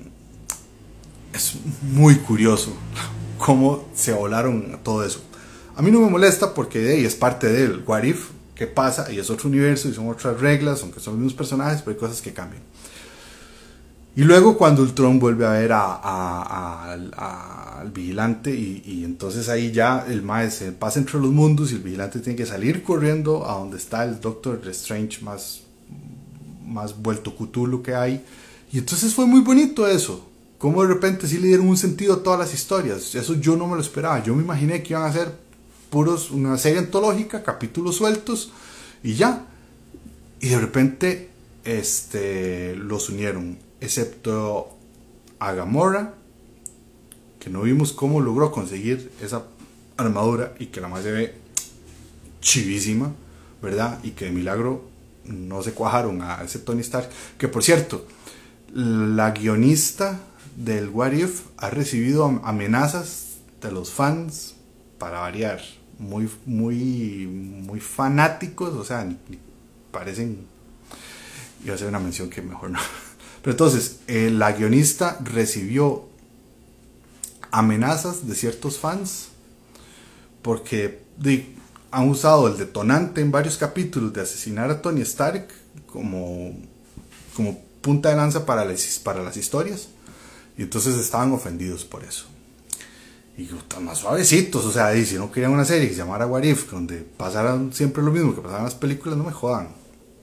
es muy curioso cómo se volaron todo eso. A mí no me molesta porque hey, es parte del what if que pasa y es otro universo y son otras reglas, aunque son los mismos personajes, pero hay cosas que cambian. Y luego cuando Ultron vuelve a ver a, a, a, a, al vigilante y, y entonces ahí ya el mae se pasa entre los mundos y el vigilante tiene que salir corriendo a donde está el Doctor Strange más, más vuelto Cthulhu que hay. Y entonces fue muy bonito eso. Como de repente sí le dieron un sentido a todas las historias. Eso yo no me lo esperaba. Yo me imaginé que iban a ser puros, una serie antológica, capítulos sueltos y ya. Y de repente este, los unieron. Excepto a Gamora, que no vimos cómo logró conseguir esa armadura y que la más se ve chivísima, ¿verdad? Y que de milagro no se cuajaron a ese Tony Stark. Que por cierto, la guionista del What If ha recibido amenazas de los fans, para variar, muy, muy, muy fanáticos, o sea, ni, ni parecen. Iba a hacer una mención que mejor no. Pero entonces, eh, la guionista recibió amenazas de ciertos fans porque de, han usado el detonante en varios capítulos de asesinar a Tony Stark como, como punta de lanza para las, para las historias, y entonces estaban ofendidos por eso. Y tan más suavecitos, o sea, y si no querían una serie que se llamara What If, donde pasaran siempre lo mismo que pasaban en las películas, no me jodan.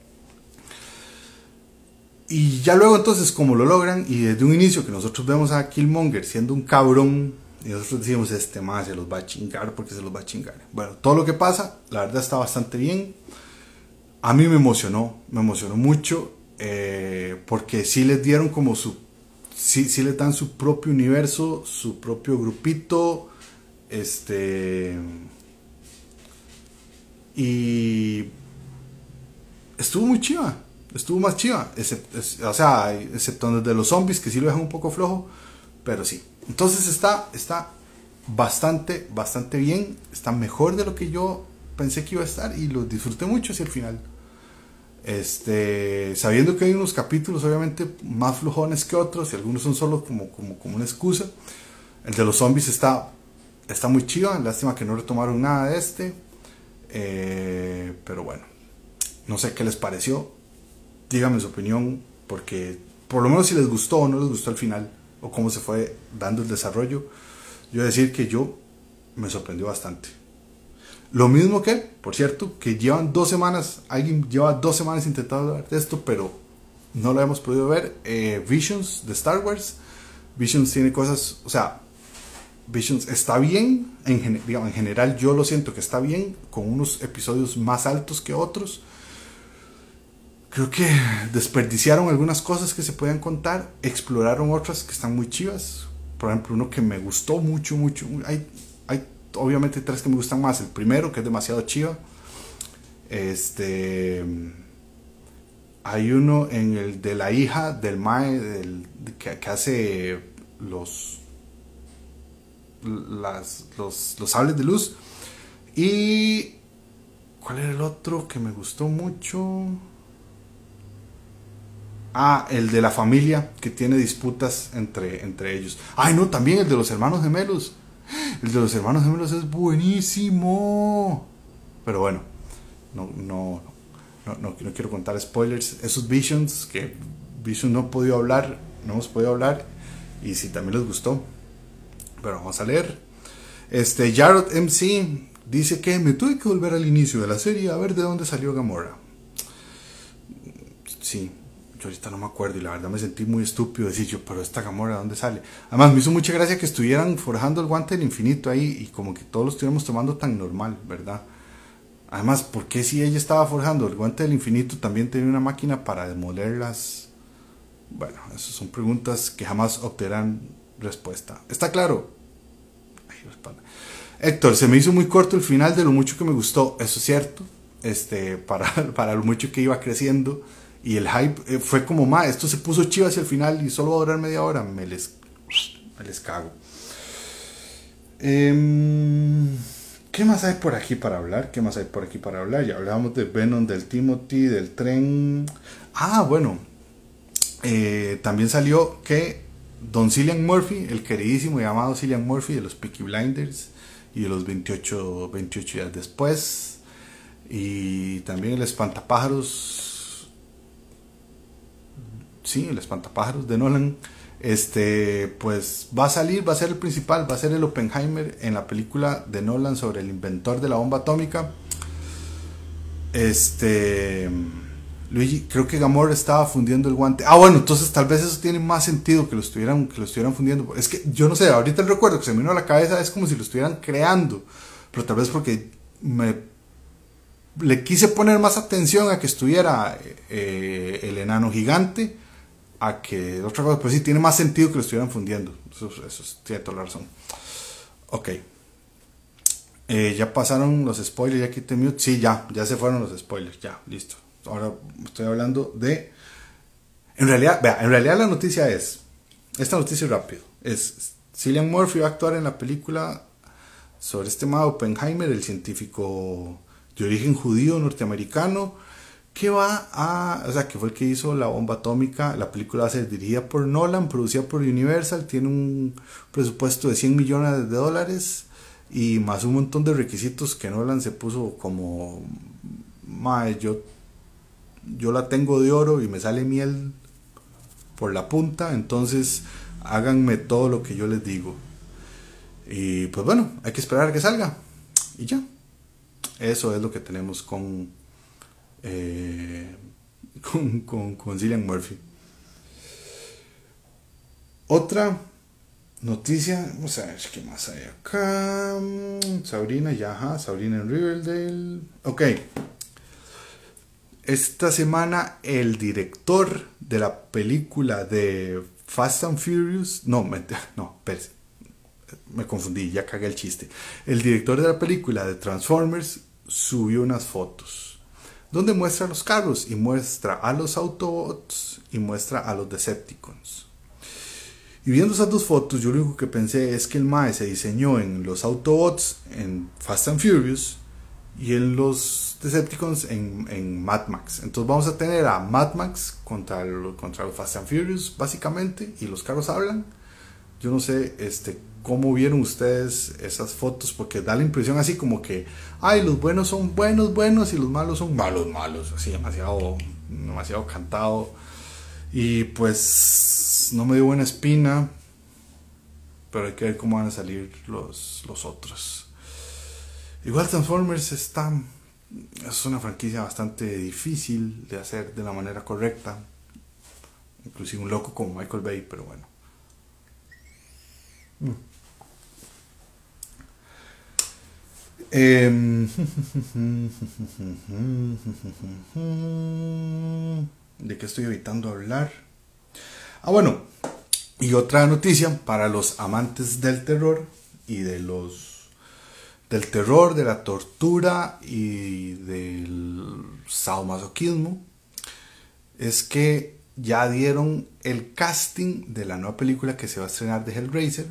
Y ya luego entonces como lo logran, y desde un inicio que nosotros vemos a Killmonger siendo un cabrón, y nosotros decimos, este más se los va a chingar porque se los va a chingar. Bueno, todo lo que pasa, la verdad está bastante bien. A mí me emocionó, me emocionó mucho, eh, porque sí les dieron como su, sí, sí les dan su propio universo, su propio grupito, este, y estuvo muy chiva. Estuvo más chiva, excepto, o sea, excepto de los zombies que sí lo dejan un poco flojo, pero sí. Entonces está, está bastante, bastante bien, está mejor de lo que yo pensé que iba a estar y lo disfruté mucho hacia el final. Este, sabiendo que hay unos capítulos obviamente más flojones que otros y algunos son solo como, como, como una excusa. El de los zombies está, está muy chiva, lástima que no retomaron nada de este, eh, pero bueno, no sé qué les pareció. Díganme su opinión, porque por lo menos si les gustó o no les gustó al final, o cómo se fue dando el desarrollo. Yo voy a decir que yo me sorprendió bastante. Lo mismo que, por cierto, que llevan dos semanas, alguien lleva dos semanas intentando hablar de esto, pero no lo hemos podido ver. Eh, Visions de Star Wars. Visions tiene cosas, o sea, Visions está bien, en, digamos, en general yo lo siento que está bien, con unos episodios más altos que otros. Creo que desperdiciaron algunas cosas que se podían contar, exploraron otras que están muy chivas. Por ejemplo, uno que me gustó mucho, mucho. Hay, hay obviamente tres que me gustan más. El primero, que es demasiado chiva. Este, hay uno en el de la hija del mae del, que, que hace los, las, los, los sables de luz. Y ¿cuál era el otro que me gustó mucho? Ah, el de la familia que tiene disputas entre, entre ellos. Ay, no, también el de los hermanos gemelos. El de los hermanos gemelos es buenísimo. Pero bueno, no, no, no, no, no quiero contar spoilers. Esos Visions, que Visions no he podido hablar, no hemos podido hablar. Y si también les gustó. Pero vamos a leer. Este, Jared M C dice que me tuve que volver al inicio de la serie a ver de dónde salió Gamora. Sí. Yo ahorita no me acuerdo y la verdad me sentí muy estúpido decir yo, pero esta Gamora ¿de dónde sale? Además me hizo mucha gracia que estuvieran forjando el guante del infinito ahí y como que todos lo estuviéramos tomando tan normal, ¿verdad? Además, ¿por qué si ella estaba forjando el guante del infinito también tenía una máquina para demolerlas? Bueno, esas son preguntas que jamás obtendrán respuesta. ¿Está claro? Ay, la espalda. Héctor, se me hizo muy corto el final de lo mucho que me gustó. Eso es cierto. Este, para, para lo mucho que iba creciendo. Y el hype eh, fue como, ma, esto se puso chido hacia el final y solo va a durar media hora. Me les, me les cago. Eh, ¿Qué más hay por aquí para hablar? ¿Qué más hay por aquí para hablar? Ya hablábamos de Venom, del Timothy, del tren. Ah, bueno. Eh, también salió que Don Cillian Murphy, el queridísimo y amado Cillian Murphy de los Peaky Blinders y de los veintiocho, veintiocho días después, y también el Espantapájaros, sí, el Espantapájaros de Nolan, este, pues va a salir, va a ser el principal, va a ser el Oppenheimer en la película de Nolan sobre el inventor de la bomba atómica. Este, Luigi, creo que Gamora estaba fundiendo el guante. Ah, bueno, entonces tal vez eso tiene más sentido que lo estuvieran, que lo estuvieran fundiendo. Es que yo no sé, ahorita el recuerdo que se me vino a la cabeza es como si lo estuvieran creando, pero tal vez porque me le quise poner más atención a que estuviera eh, el enano gigante a que otra cosa, pues sí, tiene más sentido que lo estuvieran fundiendo. Eso, eso es cierto, la razón. Ok. Eh, ya pasaron los spoilers, ya quité mute. Sí, ya, ya se fueron los spoilers, ya, listo. Ahora estoy hablando de... En realidad, vea, en realidad la noticia es... Esta noticia es rápido. Es Cillian Murphy va a actuar en la película sobre este llamado Oppenheimer, el científico de origen judío norteamericano, que va a... O sea, que fue el que hizo la bomba atómica. La película va a ser dirigida por Nolan, producida por Universal, tiene un presupuesto de cien millones de dólares y más un montón de requisitos que Nolan se puso como... Mae, yo... yo la tengo de oro y me sale miel por la punta, entonces háganme todo lo que yo les digo. Y pues bueno, hay que esperar a que salga. Y ya. Eso es lo que tenemos con eh, con, con, con Cillian Murphy. Otra noticia, vamos a ver qué más hay acá. Sabrina, ya, ajá, Sabrina en Riverdale. Ok. Esta semana el director de la película de Fast and Furious, no, me, no, espérese, me confundí, ya cagué el chiste. El director de la película de Transformers subió unas fotos donde muestra los carros y muestra a los Autobots y muestra a los Decepticons. Y viendo esas dos fotos, yo lo único que pensé es que el mae se diseñó en los Autobots en Fast and Furious y en los Decepticons en, en Mad Max. Entonces vamos a tener a Mad Max contra, el, contra los Fast and Furious básicamente, y los carros hablan. Yo no sé este, cómo vieron ustedes esas fotos, porque da la impresión así como que ay, los buenos son buenos buenos y los malos son malos malos, así demasiado, demasiado cantado. Y pues no me dio buena espina, pero hay que ver cómo van a salir los, los otros. Igual Transformers está, es una franquicia bastante difícil de hacer de la manera correcta, inclusive un loco como Michael Bay, pero bueno. Mm. Eh, ¿De qué estoy evitando hablar? Ah, bueno, y otra noticia para los amantes del terror y de los del terror, de la tortura y del sadomasoquismo, es que ya dieron el casting de la nueva película que se va a estrenar de Hellraiser.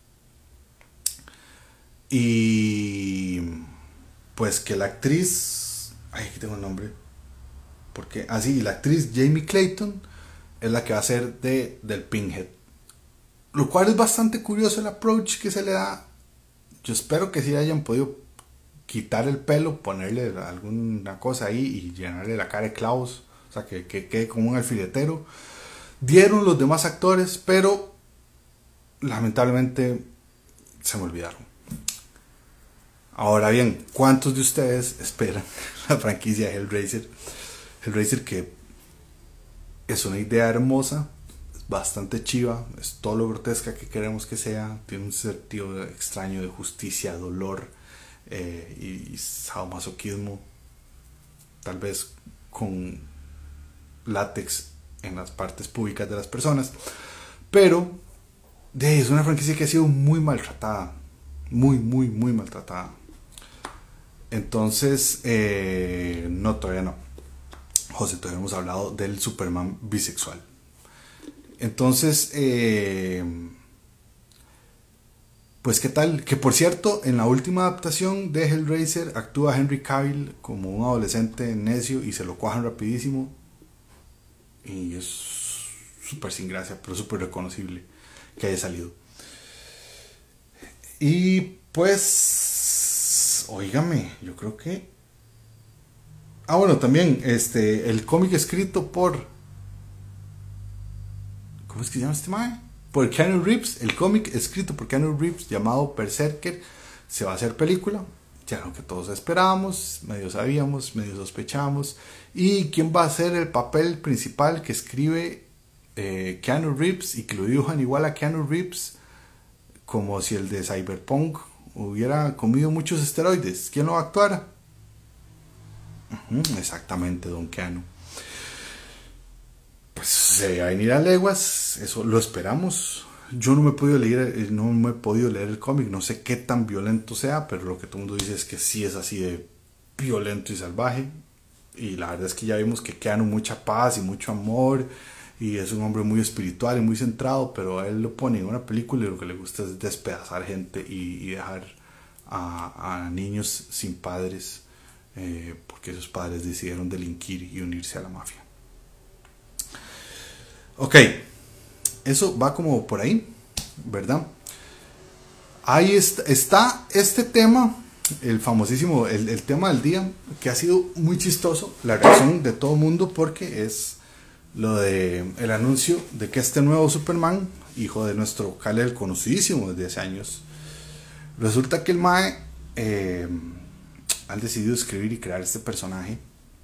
Y pues que la actriz, ay, aquí tengo el nombre, porque así, ah, la actriz Jamie Clayton es la que va a ser de del Pinhead, lo cual es bastante curioso el approach que se le da. Yo espero que sí hayan podido quitar el pelo, ponerle alguna cosa ahí y llenarle la cara de clavos, o sea, que, que quede como un alfiletero. Dieron los demás actores, pero lamentablemente se me olvidaron. Ahora bien, ¿cuántos de ustedes esperan la franquicia de Hellraiser? Hellraiser, que es una idea hermosa, es bastante chiva, es todo lo grotesca que queremos que sea, tiene un sentido extraño de justicia, dolor, eh, y, y sadomasoquismo, tal vez con látex en las partes públicas de las personas, pero de, es una franquicia que ha sido muy maltratada, muy, muy, muy maltratada. Entonces, eh, no, todavía no. José, todavía hemos hablado del Superman bisexual. Entonces, eh, pues qué tal, que por cierto, en la última adaptación de Hellraiser actúa Henry Cavill como un adolescente necio y se lo cuajan rapidísimo. Y es súper sin gracia, pero súper reconocible que haya salido. Y pues, óigame, yo creo que... Ah, bueno, también este, el cómic escrito por... ¿Cómo es que se llama este mae? Por Keanu Reeves. El cómic escrito por Keanu Reeves llamado Berserker se va a hacer película. Ya lo que todos esperábamos, medio sabíamos, medio sospechamos. ¿Y quién va a ser el papel principal que escribe eh, Keanu Reeves y que lo dibujan igual a Keanu Reeves? Como si el de Cyberpunk hubiera comido muchos esteroides. ¿Quién lo va a actuar? Uh-huh, exactamente, Don Keanu. Pues se va a venir a leguas, eso lo esperamos. Yo no me he podido leer, no me he podido leer el cómic, no sé qué tan violento sea, pero lo que todo el mundo dice es que sí es así de violento y salvaje. Y la verdad es que ya vimos que Keanu mucha paz y mucho amor, y es un hombre muy espiritual y muy centrado, pero a él lo pone en una película y lo que le gusta es despedazar gente y, y dejar a, a niños sin padres, eh, porque esos padres decidieron delinquir y unirse a la mafia. Ok, eso va como por ahí, ¿verdad? Ahí está, está este tema, el famosísimo, el, el tema del día, que ha sido muy chistoso, la reacción de todo el mundo, porque es lo de el anuncio de que este nuevo Superman, hijo de nuestro Kal-El, conocidísimo desde hace años, resulta que el mae eh, han decidido escribir y crear este personaje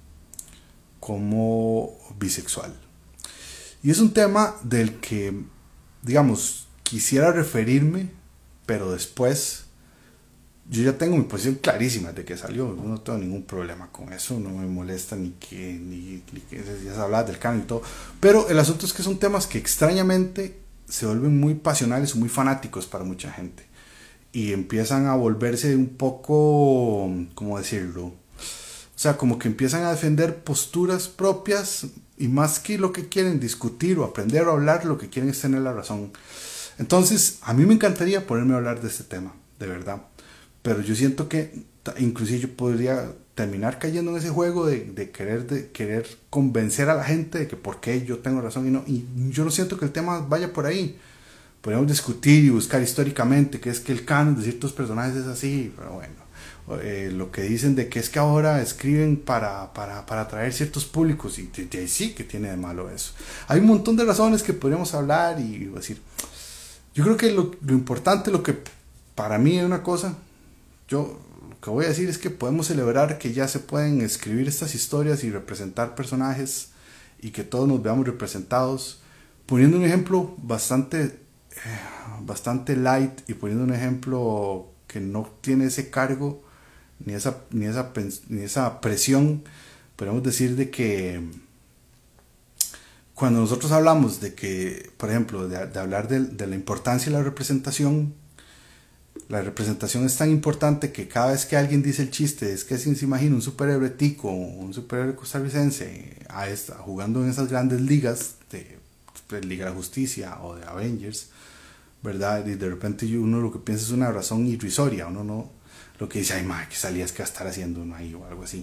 como bisexual. Y es un tema del que, digamos, quisiera referirme, pero después yo ya tengo mi posición clarísima de que salió. Yo no tengo ningún problema con eso, no me molesta ni que, ni, ni que ya se hablaba del canon y todo. Pero el asunto es que son temas que extrañamente se vuelven muy pasionales o muy fanáticos para mucha gente. Y empiezan a volverse un poco, ¿cómo decirlo? O sea, como que empiezan a defender posturas propias. Y más que lo que quieren discutir o aprender o hablar, lo que quieren es tener la razón. Entonces, a mí me encantaría ponerme a hablar de este tema, de verdad. Pero yo siento que inclusive yo podría terminar cayendo en ese juego de, de, querer, de querer convencer a la gente de que por qué yo tengo razón y no. Y yo no siento que el tema vaya por ahí. Podríamos discutir y buscar históricamente qué es que el canon de ciertos personajes es así, pero bueno. Eh, lo que dicen de que es que ahora escriben para, para, para atraer ciertos públicos, y de, de, sí, que tiene de malo eso. Hay un montón de razones que podríamos hablar y decir. Yo creo que lo, lo importante, lo que para mí es una cosa, yo lo que voy a decir es que podemos celebrar que ya se pueden escribir estas historias y representar personajes y que todos nos veamos representados, poniendo un ejemplo bastante, eh, bastante light y poniendo un ejemplo que no tiene ese cargo ni esa, ni esa, ni esa presión. Podemos decir de que cuando nosotros hablamos de que, por ejemplo, de, de hablar de, de la importancia de la representación, la representación es tan importante que cada vez que alguien dice el chiste, es que si se imagina un superhéroe tico, un superhéroe costarricense a esta, jugando en esas grandes ligas de, de Liga de la Justicia o de Avengers, ¿verdad? Y de repente uno lo que piensa es una razón irrisoria, uno no, lo que dice, ay, madre, ¿qué salías que va a estar haciendo uno ahí o algo así?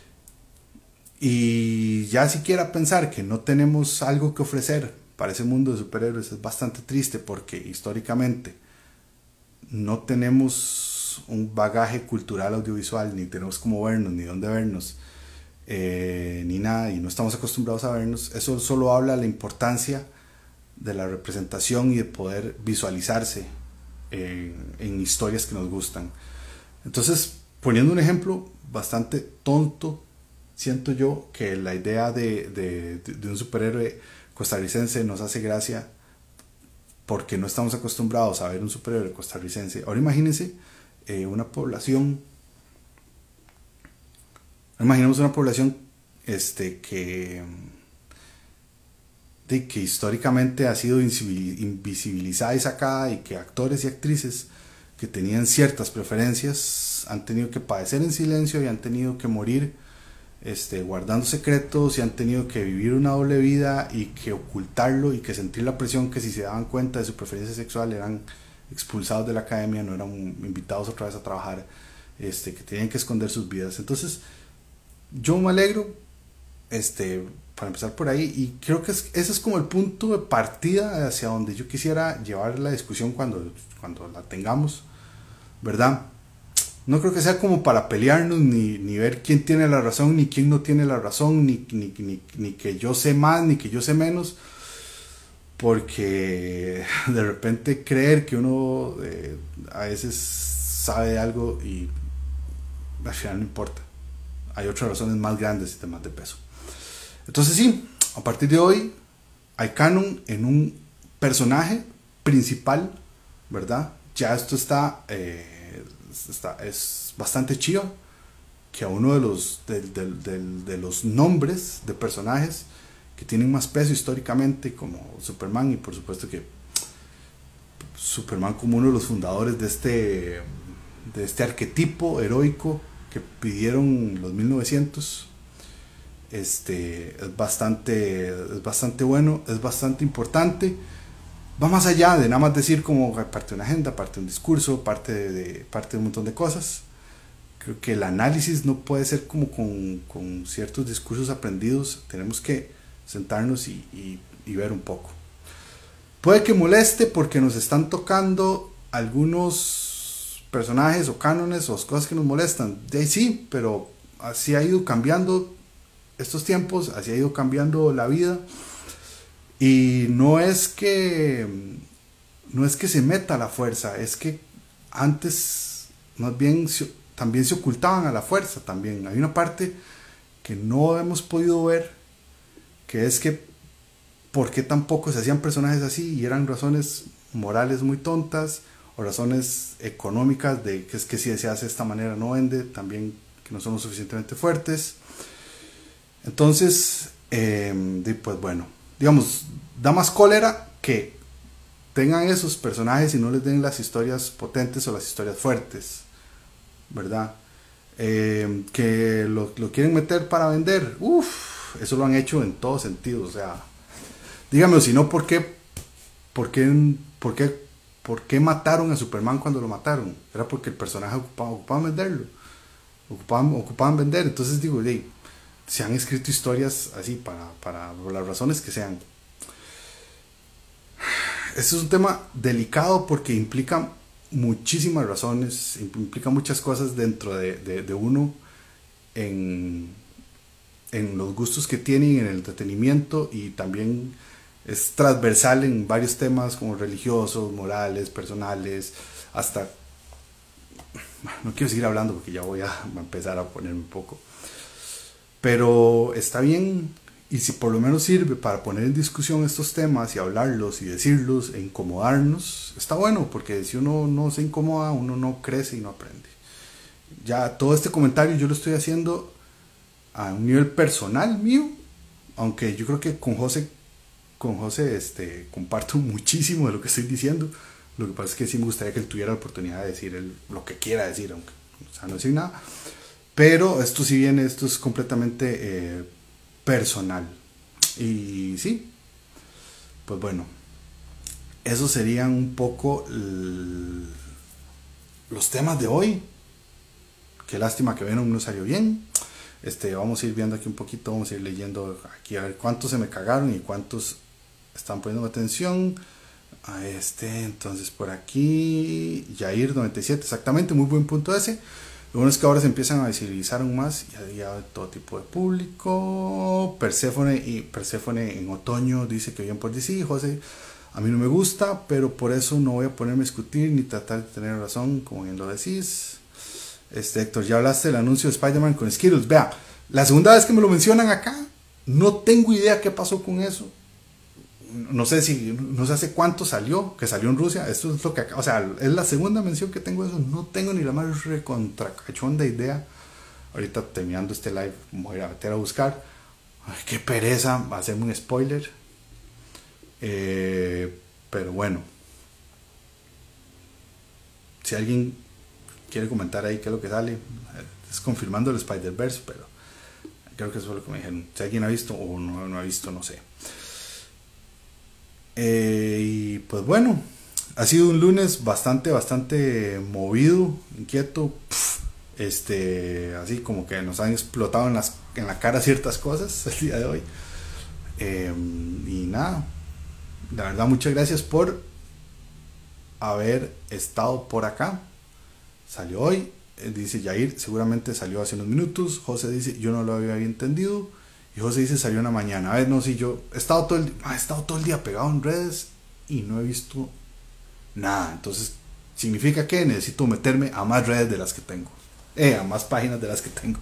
Y ya siquiera pensar que no tenemos algo que ofrecer para ese mundo de superhéroes es bastante triste, porque históricamente no tenemos un bagaje cultural audiovisual, ni tenemos cómo vernos, ni dónde vernos, eh, ni nada, y no estamos acostumbrados a vernos. Eso solo habla de la importancia de la representación y de poder visualizarse en, en historias que nos gustan. Entonces, poniendo un ejemplo bastante tonto, siento yo que la idea de, de, de un superhéroe costarricense nos hace gracia porque no estamos acostumbrados a ver un superhéroe costarricense. Ahora imagínense eh, una población Imaginemos una población este, que, de, que históricamente ha sido invisibilizada y sacada, y que actores y actrices que tenían ciertas preferencias han tenido que padecer en silencio y han tenido que morir este, guardando secretos, y han tenido que vivir una doble vida y que ocultarlo, y que sentir la presión que si se daban cuenta de su preferencia sexual eran expulsados de la academia, no eran invitados otra vez a trabajar, este, que tenían que esconder sus vidas. Entonces yo me alegro, este, para empezar por ahí, y creo que es, ese es como el punto de partida hacia donde yo quisiera llevar la discusión cuando, cuando la tengamos, ¿verdad? No creo que sea como para pelearnos, ni, ni ver quién tiene la razón, ni quién no tiene la razón, ni, ni, ni, ni que yo sé más, ni que yo sé menos, porque de repente creer que uno eh, a veces sabe algo y al final no importa. Hay otras razones más grandes y de más de peso. Entonces sí, a partir de hoy hay canon en un personaje principal, ¿verdad? Ya esto está... Eh, Está, es bastante chido que a uno de los, de, de, de, de los nombres de personajes que tienen más peso históricamente, como Superman, y por supuesto que Superman como uno de los fundadores de este, de este arquetipo heroico que pidieron los mil novecientos, este, es, bastante, es bastante bueno, es bastante importante. Va más allá de nada más decir como parte de una agenda, parte de un discurso, parte de, de, parte de un montón de cosas. Creo que el análisis no puede ser como con, con ciertos discursos aprendidos. Tenemos que sentarnos y, y, y ver un poco. Puede que moleste porque nos están tocando algunos personajes o cánones o cosas que nos molestan. De sí, pero así ha ido cambiando estos tiempos, así ha ido cambiando la vida. Y no es que no es que se meta a la fuerza, es que antes más bien se, también se ocultaban a la fuerza también. Hay una parte que no hemos podido ver, que es que por qué tampoco se hacían personajes así, y eran razones morales muy tontas o razones económicas de que es que si se hace de esta manera no vende, también que no son lo suficientemente fuertes. Entonces, eh, pues bueno, digamos, da más cólera que tengan esos personajes y no les den las historias potentes o las historias fuertes, ¿verdad? Eh, que lo, lo quieren meter para vender, uff, eso lo han hecho en todo sentido. O sea, dígame, si no, ¿por qué, por qué, por qué, por qué mataron a Superman cuando lo mataron? Era porque el personaje ocupaba, ocupaba venderlo, ocupaban, ocupaban vender. Entonces digo, hey, se han escrito historias así para, para las razones que sean. Este es un tema delicado porque implica muchísimas razones, implica muchas cosas dentro de, de, de uno, en, en los gustos que tiene y en el entretenimiento, y también es transversal en varios temas como religiosos, morales, personales, hasta... No quiero seguir hablando porque ya voy a empezar a ponerme un poco. Pero está bien, y si por lo menos sirve para poner en discusión estos temas y hablarlos y decirlos e incomodarnos, está bueno, porque si uno no se incomoda, uno no crece y no aprende. Ya todo este comentario yo lo estoy haciendo a un nivel personal mío, aunque yo creo que con José, con José este, comparto muchísimo de lo que estoy diciendo. Lo que pasa es que sí me gustaría que él tuviera la oportunidad de decir el, lo que quiera decir, aunque o sea, no decir nada. Pero esto si bien, esto es completamente eh, personal. Y sí, pues bueno, esos serían un poco el, los temas de hoy. Qué lástima que Venom no salió bien. Este, vamos a ir viendo aquí un poquito, vamos a ir leyendo aquí a ver cuántos se me cagaron y cuántos están poniendo atención a este. Entonces por aquí Jair noventa y siete, exactamente, muy buen punto ese. Lo bueno es que ahora se empiezan a visibilizar aún más y había todo tipo de público. Perséfone y Perséfone en otoño dice que bien por D C. José, a mí no me gusta, pero por eso no voy a ponerme a discutir ni tratar de tener razón, como bien lo decís. Este, Héctor, ya hablaste del anuncio de Spider-Man con Skittles. Vea, la segunda vez que me lo mencionan acá, no tengo idea qué pasó con eso. No sé si, no sé hace cuánto salió, que salió en Rusia. Esto es lo que, o sea, es la segunda mención que tengo de eso. No tengo ni la más recontracachonda idea Ahorita terminando este live me voy a meter a buscar. Ay, qué pereza hacerme un spoiler. Eh, pero bueno, si alguien quiere comentar ahí qué es lo que sale, es confirmando el Spider-Verse, pero creo que eso fue lo que me dijeron. Si alguien ha visto o no, no ha visto, no sé. Eh, y pues bueno, ha sido un lunes bastante, bastante movido, inquieto. Pff, este, así como que nos han explotado en, las, en la cara ciertas cosas el día de hoy. Eh, y nada, la verdad, muchas gracias por haber estado por acá. Salió hoy, dice Yair, seguramente salió hace unos minutos. José dice, yo no lo había entendido. Y José dice, salió en la mañana. A ver, no sé, si yo he estado todo el, he estado todo el día pegado en redes y no he visto nada. Entonces, significa que necesito meterme a más redes de las que tengo. Eh, a más páginas de las que tengo.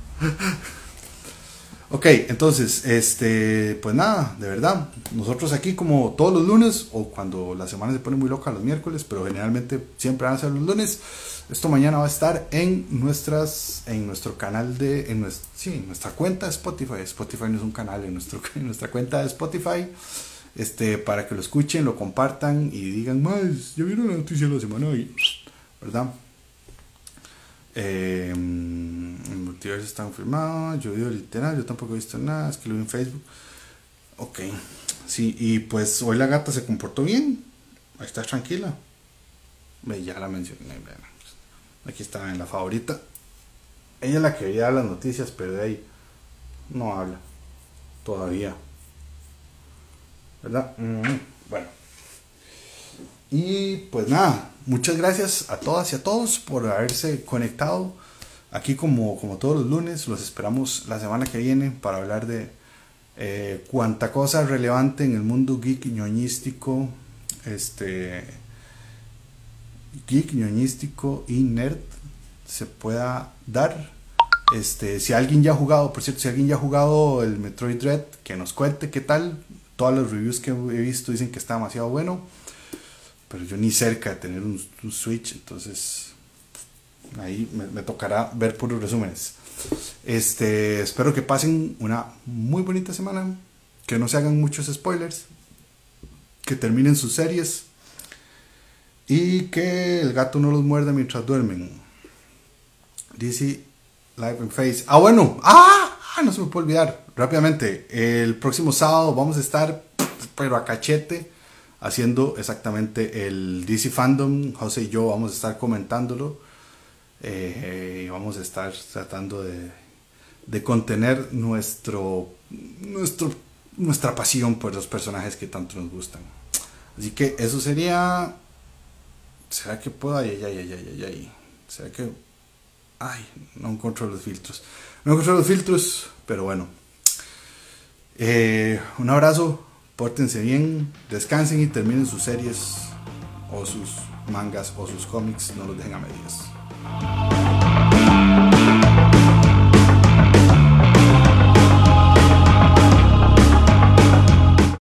Ok, entonces, este, pues nada, de verdad, nosotros aquí como todos los lunes, o cuando la semana se pone muy loca los miércoles, pero generalmente siempre van a ser los lunes. Esto mañana va a estar en nuestras, en nuestro canal de, en nuestra, sí, en nuestra cuenta de Spotify. Spotify no es un canal, en, nuestro, en nuestra cuenta de Spotify, este, para que lo escuchen, lo compartan y digan, más, ya vieron la noticia de la semana hoy, ¿verdad? Eh, el multiverso está confirmado. Yo digo literal, yo tampoco he visto nada, es que lo vi en Facebook. Ok, sí, y pues hoy la gata se comportó bien. Ahí está tranquila. Ya la mencioné. Aquí está en la favorita. Ella es la que veía las noticias, pero de ahí no habla todavía, ¿verdad? Mm-hmm. Bueno, y pues nada, muchas gracias a todas y a todos por haberse conectado aquí como, como todos los lunes. Los esperamos la semana que viene para hablar de eh, cuanta cosa relevante en el mundo geek, ñoñístico, este, geek, ñoñístico y nerd se pueda dar. Este, si alguien ya ha jugado, por cierto, si alguien ya ha jugado el Metroid Dread, que nos cuente qué tal. Todas las reviews que he visto dicen que está demasiado bueno, pero yo ni cerca de tener un, un Switch, entonces ahí me, me tocará ver puros resúmenes. Este, espero que pasen una muy bonita semana, que no se hagan muchos spoilers, que terminen sus series y que el gato no los muerda mientras duermen. Dice Live in Face. Ah, bueno, ah, no se me puede olvidar rápidamente. El próximo sábado vamos a estar, pero a cachete, haciendo exactamente el D C Fandom. José y yo vamos a estar comentándolo. Eh, y vamos a estar tratando de, de contener nuestro, nuestro, nuestra pasión por los personajes que tanto nos gustan. Así que eso sería. ¿Será que puedo? Ay, ay, ay, ay, ay, ay. ¿Será que.? Ay, no encuentro los filtros. No encuentro los filtros, pero bueno. Eh, un abrazo. Pórtense bien, descansen y terminen sus series o sus mangas o sus cómics, no los dejen a medias.